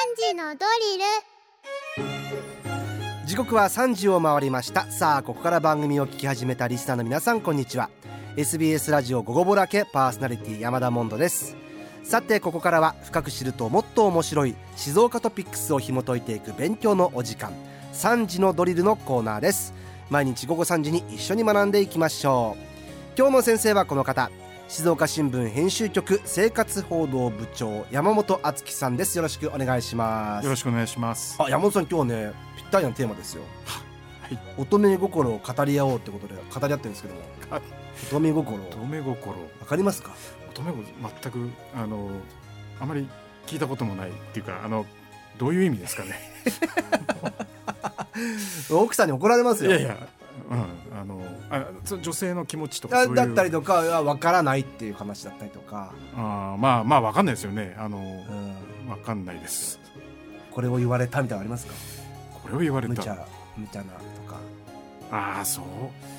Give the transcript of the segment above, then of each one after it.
時のドリル。 時刻は3時を回りました。さあここから番組を聞き始めたリスナーの皆さん、こんにちは。 SBS ラジオ午後ぼらけパーソナリティ山田モンドです。さてここからは深く知るともっと面白い静岡トピックスを紐解いていく勉強のお時間、3時のドリルのコーナーです。毎日午後3時に一緒に学んでいきましょう。今日の先生はこの方、静岡新聞編集局生活報道部長山本敦樹さんです。よろしくお願いします。 よろしくお願いします。 山本さん、今日ねぴったりなテーマですよ。 はい、 乙女心を語り合おうってことで語り合ってるんですけども、乙女心わかりますか？ 乙女心全くあまり聞いたこともないっていうか、どういう意味ですかね。 奥さんに怒られますよ。 いやいや、女性の気持ちとかそういうだったりとかわからないっていう話だったりとか、 まあわかんないですよね。わかんないです。 これを言われたみたいなのありますか？ これを言われた無茶なとか、 そう、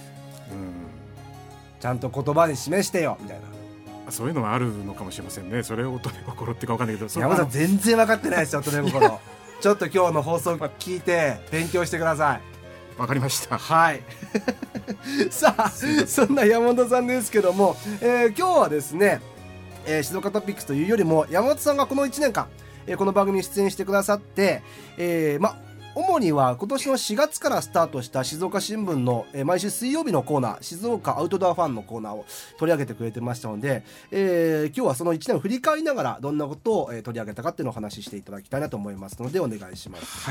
ちゃんと言葉に示してよみたいな、 そういうのはあるのかもしれませんね。それを乙女心ってかわかんないけど、 山本さん全然分かってないですよ乙女心。ちょっと今日の放送聞いて勉強してください。 わかりました。 はいさあそんな山本さんですけども、今日はですね、静岡トピックスというよりも山本さんがこの1年間、この番組に出演してくださって、主には今年の4月からスタートした静岡新聞の、毎週水曜日のコーナー、静岡アウトドアファンのコーナーを取り上げてくれてましたので、今日はその1年を振り返りながらどんなことを、取り上げたかっていうのをお話ししていただきたいなと思いますのでお願いします。 はい、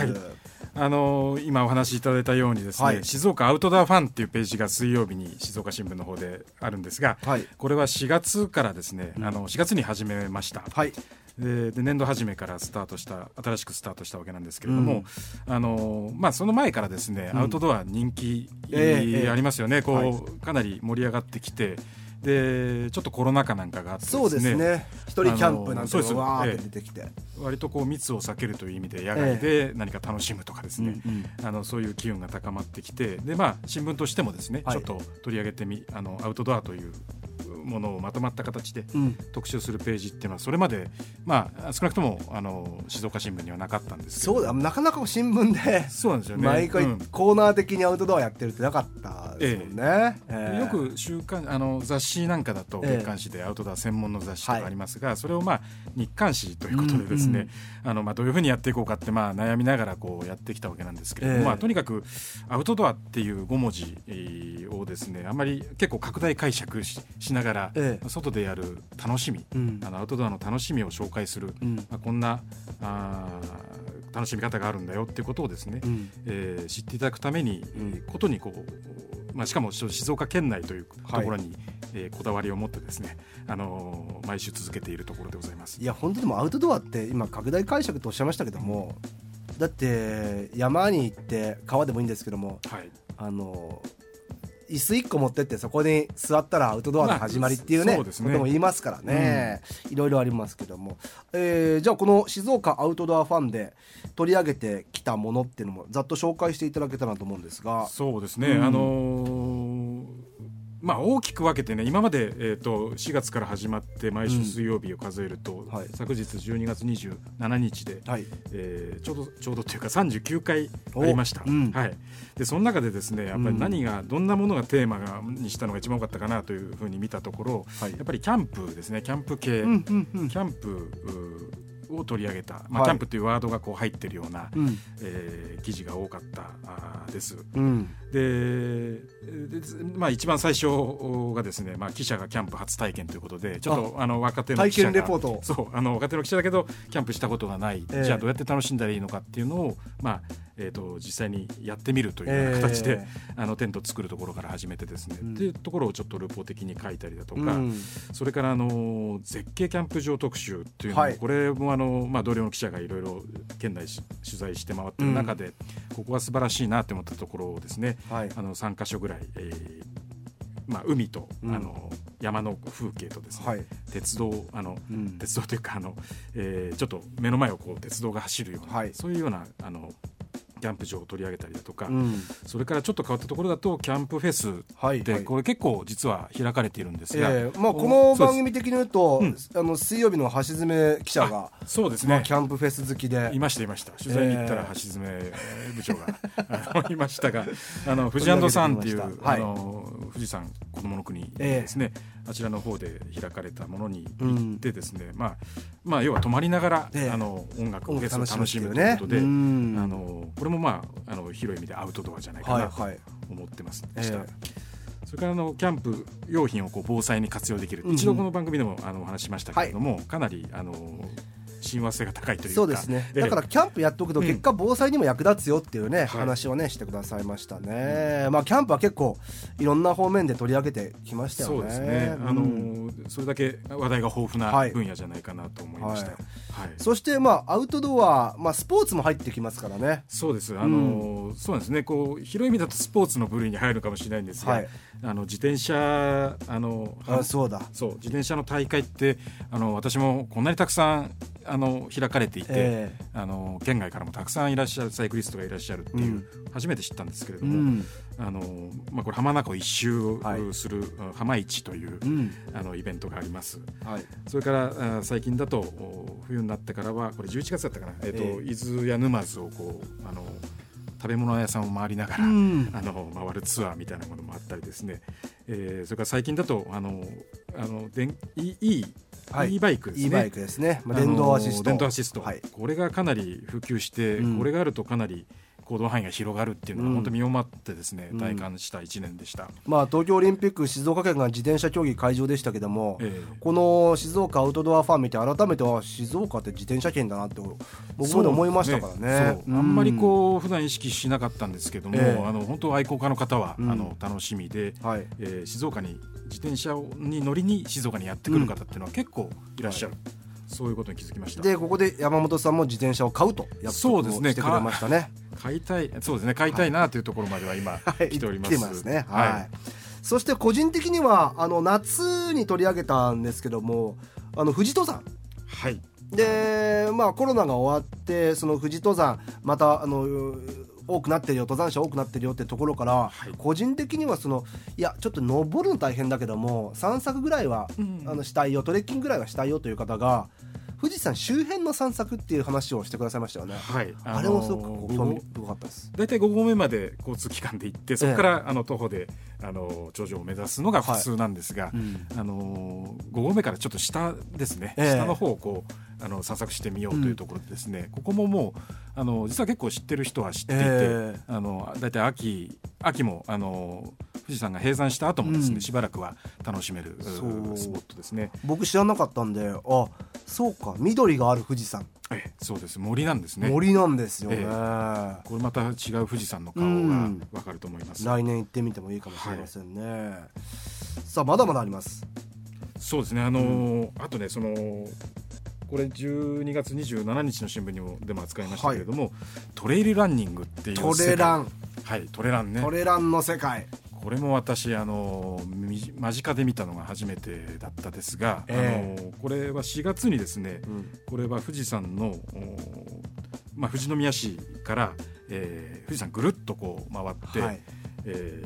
今お話しいただいたようにですね、静岡アウトドアファンっていうページが水曜日に静岡新聞の方であるんですが、これは4月からですね、4月に始めました。で年度初めから新しくスタートしたわけなんですけれども、その前からですね、アウトドア人気ありますよね。かなり盛り上がってきて、でちょっとコロナ禍なんかがあってですね、 そうですね、一人キャンプなんてのがわーって出てきて、 割と密を避けるという意味で野外で何か楽しむとかですね、そういう機運が高まってきて、で新聞としてもですね、ちょっと取り上げてアウトドアというものをまとまった形で特集するページっていうのはそれまで、少なくとも静岡新聞にはなかったんですけど、 そうだ、なかなか新聞でそうなんですよね、 毎回コーナー的にアウトドアやってるってなかったですもんね。 よく雑誌なんかだと月刊誌でアウトドア専門の雑誌とかありますが、それを日刊誌ということでですね、どういうふうにやっていこうかって悩みながらやってきたわけなんですけれども、とにかくアウトドアっていう5文字をですね、あんまり結構拡大解釈 しながら外でやる楽しみ、アウトドアの楽しみを紹介する、こんな楽しみ方があるんだよっていうことをですね、知っていただくために、ことにしかも静岡県内というところに、こだわりを持ってですね、毎週続けているところでございます。 いや本当にもアウトドアって今拡大解釈とおっしゃいましたけども、だって山に行って川でもいいんですけども、椅子1個持ってってそこに座ったらアウトドアの始まりっていうね、ことも言いますからね、いろいろありますけども、じゃあこの静岡アウトドアファンで取り上げてきたものっていうのもざっと紹介していただけたらなと思うんですが。 そうですね、大きく分けてね、今まで、4月から始まって毎週水曜日を数えると、昨日12月27日で、ちょうどというか39回ありました。でその中でですね、やっぱりどんなものがテーマにしたのが一番多かったかなというふうに見たところ、やっぱりキャンプですね、キャンプ系、キャンプを取り上げた、キャンプというワードが入ってるような、記事が多かったです。で一番最初がですね、記者がキャンプ初体験ということで、ちょっと若手の記者が体験レポート、 若手の記者だけどキャンプしたことがない、じゃあどうやって楽しんだらいいのかっていうのを、実際にやってみるというような形で、テント作るところから始めてですね、っていうところをちょっとルポ的に書いたりだとか、それから絶景キャンプ場特集というのも、これも同僚の記者がいろいろ県内取材して回ってる中で、ここは素晴らしいなと思ったところをですね、3カ所ぐらい、海と、山の風景とですね、鉄道鉄道というかちょっと目の前を鉄道が走るような、そういうようなキキャンプ場を取り上げたりだとか、 うん、 それからちょっと変わったところだとキャンプフェスって、これ結構実は開かれているんですが、 まあ、この番組的に言うと、水曜日の橋爪記者がそうですね、 まあ、キャンプフェス好きでいました取材に行ったら橋爪部長が、いましたが富士&さんっていう、富士山子どもの国ですね、あちらの方で開かれたものに行ってですね、まあ要は泊まりながら、音楽フェスを楽しむということで、これもまあ広い意味でアウトドアじゃないかなと思ってますでした。それからキャンプ用品をこう防災に活用できる、一度この番組でもお話しましたけれども、かなり親和性が高いというか、 そうですね、だからキャンプやっておくと結果防災にも役立つよっていうね、話をねしてくださいましたね。まあキャンプは結構いろんな方面で取り上げてきましたよね。 そうですね、それだけ話題が豊富な分野じゃないかなと思いました。 そしてまあアウトドア、スポーツも入ってきますからね。 そうです、そうですね、こう広い意味だとスポーツの部類に入るかもしれないんですが、自転車そう自転車の大会って私もこんなにたくさん開かれていて、県外からもたくさんいらっしゃるサイクリストがいらっしゃるっていう、初めて知ったんですけれども、これ浜名湖一周する、浜市という、イベントがあります。それから最近だと冬になってからはこれ11月だったかな、伊豆や沼津をこう食べ物屋さんを回りながら、回るツアーみたいなものもあったりですね、それから最近だとE バイクですね。 E バイクですね、電動アシスト、 これがかなり普及して、これがあるとかなり行動範囲が広がるっていうのが本当に身をもってですね、体感した1年でした。 東京オリンピック静岡県が自転車競技会場でしたけども、この静岡アウトドアファン見て改めて静岡って自転車県だなって僕も思いましたからね。 あんまりこう普段意識しなかったんですけども、本当愛好家の方は楽しみで、静岡に自転車に乗りに静岡にやってくる方っていうのは結構いらっしゃる、そういうことに気づきました。 でここで山本さんも自転車を買うと約束をしてくれましたね。 買いたいなというところまでは今来ております。 来てますね。そして個人的には夏に取り上げたんですけども、富士登山、でコロナが終わってその富士登山また多くなってるよ、登山者多くなってるよってところから、個人的にはちょっと登るの大変だけども散策ぐらいはしたいよ、トレッキングぐらいはしたいよという方が富士山周辺の散策っていう話をしてくださいましたよね。あれもすごく興味深かったです。 だいたい5合目まで交通機関で行って、そこから徒歩で頂上を目指すのが普通なんですが、5合目からちょっと下ですね、下の方をこう散策してみようというところでですね、ここももう実は結構知ってる人は知っていて、だいたい秋も富士山が閉山した後もですね、しばらくは楽しめるスポットですね。 僕知らなかったんで、そうか、緑がある富士山、 そうです、森なんですね。 森なんですよね。 これまた違う富士山の顔が分かると思います。 来年行ってみてもいいかもしれませんね。さあまだまだあります。 そうですね、あとねこれ12月27日の新聞にもでも扱いましたけれども、トレイルランニングっていうトレランね、トレランの世界、 これも私間近で見たのが初めてだったですが、これは4月にですね、これは富士山の、富士宮市から、富士山ぐるっとこう回って、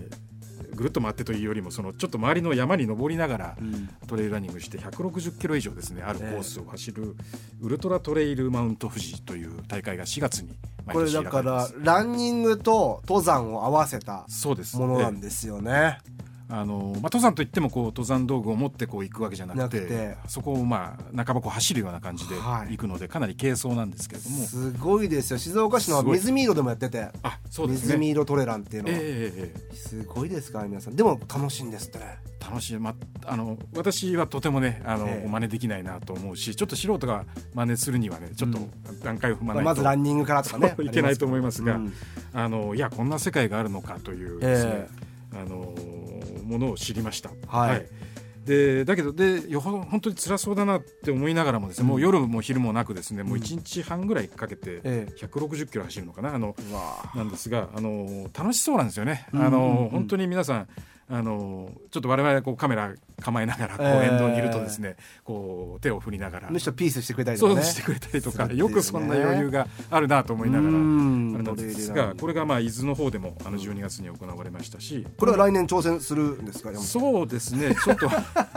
ぐるっと回ってというよりもちょっと周りの山に登りながらトレイルランニングして160キロ以上ですねあるコースを走るウルトラトレイルマウント富士という大会が4月に毎年開かれます。 これだからランニングと登山を合わせたものなんですよね。 登山といっても登山道具を持って行くわけじゃなくて、そこを半ば走るような感じで行くので、かなり軽装なんですけれども、 すごいですよ。静岡市の水見色でもやってて、 そうですね、 水見色トレランっていうのは、すごいですから皆さん。でも楽しいんですってね。 楽しい、私はとてもね真似できないなと思うし、ちょっと素人が真似するにはねちょっと段階を踏まないと、 まずランニングからとかねいけないと思いますが、いやこんな世界があるのかというですね、ものを知りました。だけど本当に辛そうだなって思いながらもですね、もう夜も昼もなくですね、もう1日半ぐらいかけて160キロ走るのかな、なんですが楽しそうなんですよね。本当に皆さんちょっと我々こうカメラ構えながらこう沿道にいるとですね、こう手を振りながらむしろピースしてくれたりとかね、 そうしてくれたりとか、よくそんな余裕があるなと思いながらあれなんですが、これが伊豆の方でも12月に行われましたし、 これは来年挑戦するんですか？ そうですね、ちょっと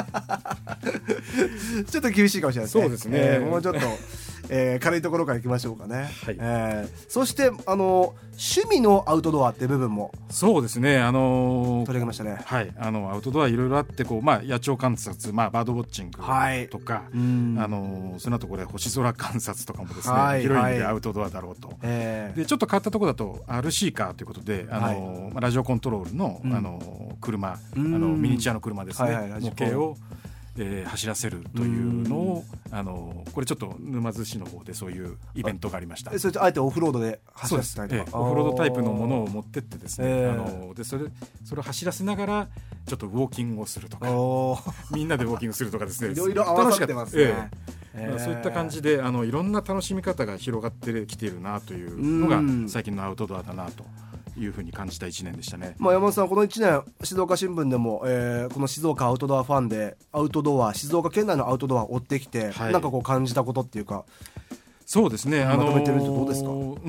ちょっと厳しいかもしれないですね。 そうですね、 もうちょっと軽いところから行きましょうかね。 はい。 そして趣味のアウトドアって部分もそうですね、 取り上げましたね。 はい、アウトドアいろいろあってこう、野鳥観察、バードウォッチングとか、その後これ星空観察とかもですね、広い意味でアウトドアだろうと、でちょっと変わったところだと RC カーということでラジオコントロールの、車ミニチュアの車ですね、模型を走らせるというのをこれちょっと沼津市の方でそういうイベントがありました。 それとあえてオフロードで走らせたりとか、 オフロードタイプのものを持ってってですね、でそれを走らせながらちょっとウォーキングをするとかみんなでウォーキングするとかですね、 いろいろ合わさってますね。 そういった感じでいろんな楽しみ方が広がってきているなというのが最近のアウトドアだなというふうに感じた1年でしたね。 山本さん、この1年静岡新聞でも、この静岡アウトドアファンでアウトドア、静岡県内のアウトドアを追ってきて、なんかこう感じたことっていうか。 そうですね、 まとめてるとどうですか？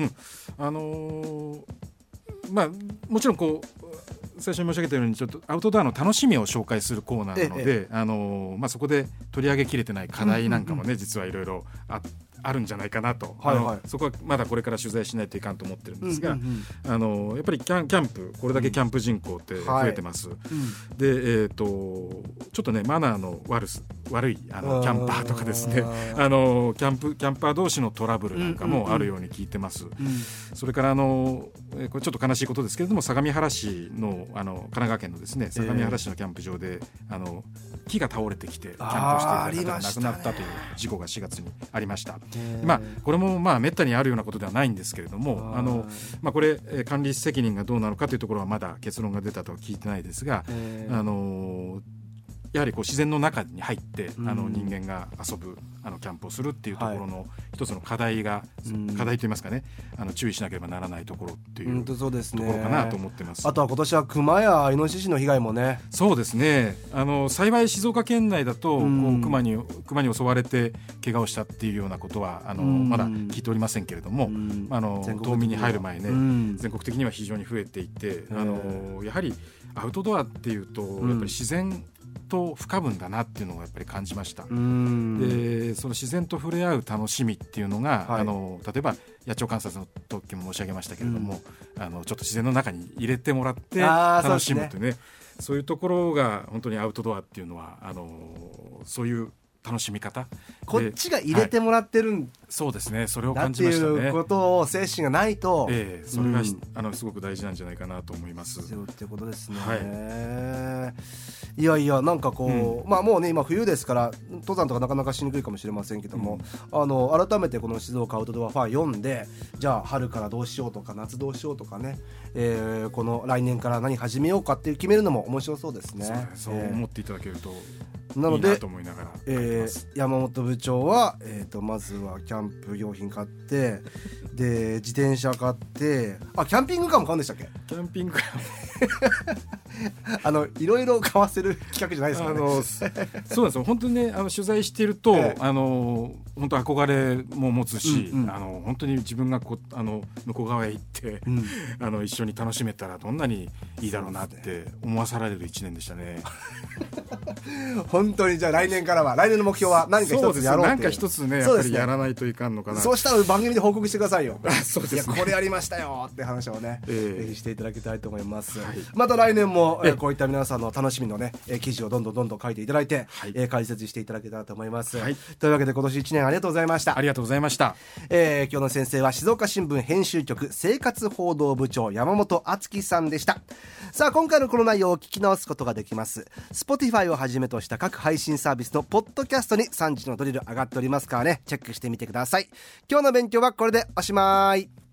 もちろんこう最初に申し上げたようにちょっとアウトドアの楽しみを紹介するコーナーなので、そこで取り上げきれてない課題なんかもね、実はいろいろあるんじゃないかなと、そこはまだこれから取材しないといかんと思ってるんですが、やっぱりキャンプ、これだけキャンプ人口って増えてます、で、ちょっとねマナーの悪いキャンパーとかですね、キャンパー同士のトラブルなんかもあるように聞いてます、それからこれちょっと悲しいことですけれども、相模原市の神奈川県のですね相模原市のキャンプ場で木が倒れてきてキャンプしていた方が亡くなったという事故が4月にありました。これもめったにあるようなことではないんですけれども、これ管理責任がどうなのかというところはまだ結論が出たとは聞いてないですが、やはりこう自然の中に入って人間が遊ぶキャンプをするっていうところの一つの課題といいますかね、注意しなければならないところっていうところかなと思ってます。 あとは今年は熊やイノシシの被害もね。 そうですね、幸い静岡県内だとこう熊に襲われて怪我をしたっていうようなことはまだ聞いておりませんけれども、冬眠に入る前ね、全国的には非常に増えていて、やはりアウトドアっていうとやっぱり自然と不可分だなっていうのをやっぱり感じました。でその自然と触れ合う楽しみっていうのが、例えば野鳥観察の時も申し上げましたけれども、ちょっと自然の中に入れてもらって楽しむというね、そういうところが本当にアウトドアっていうのはそういう楽しみ方、 こっちが入れてもらってるそうですね、それを感じましたね。 だっていうことを精神がないと、 それがすごく大事なんじゃないかなと思います。 っていうことですね。いやいや、なんかこう、もうね今冬ですから登山とかなかなかしにくいかもしれませんけども、改めてこの静岡アウトドアファン読んで、じゃあ春からどうしようとか夏どうしようとかね、この来年から何始めようかっていう決めるのも面白そうですね。 そう思っていただけるとなのでいいなと思いながら、 山本部長は、まずはキャンプ用品買って、で自転車買って、キャンピングカーも買うんでしたっけ？ キャンピングカーいろいろ買わせる企画じゃないですかね。 そうなんですよ、本当にね取材していると、本当憧れも持つし、本当に自分が向こう側へ行って、一緒に楽しめたらどんなにいいだろうなって思わされる1年でしたね。 本当にじゃあ来年からは、来年の目標は何か一つやろうっていう、 何か一つねやっぱりやらないといかんのかな。 そうしたら番組で報告してくださいよ。 そうですね、 いやこれやりましたよって話をね、ぜひしていただきたいと思います。また来年も、こういった皆さんの楽しみのね、記事をどんどん書いていただいて、解説していただけたらと思います。というわけで今年1年ありがとうございました。 ありがとうございました。 今日の先生は静岡新聞編集局生活報道部長山本敦樹さんでした。さあ今回のこの内容を聞き直すことができます。 Spotify をはじめとした各配信サービスのポッドキャストに3時のドリル上がっておりますからね、チェックしてみてください。今日の勉強はこれでおしまい。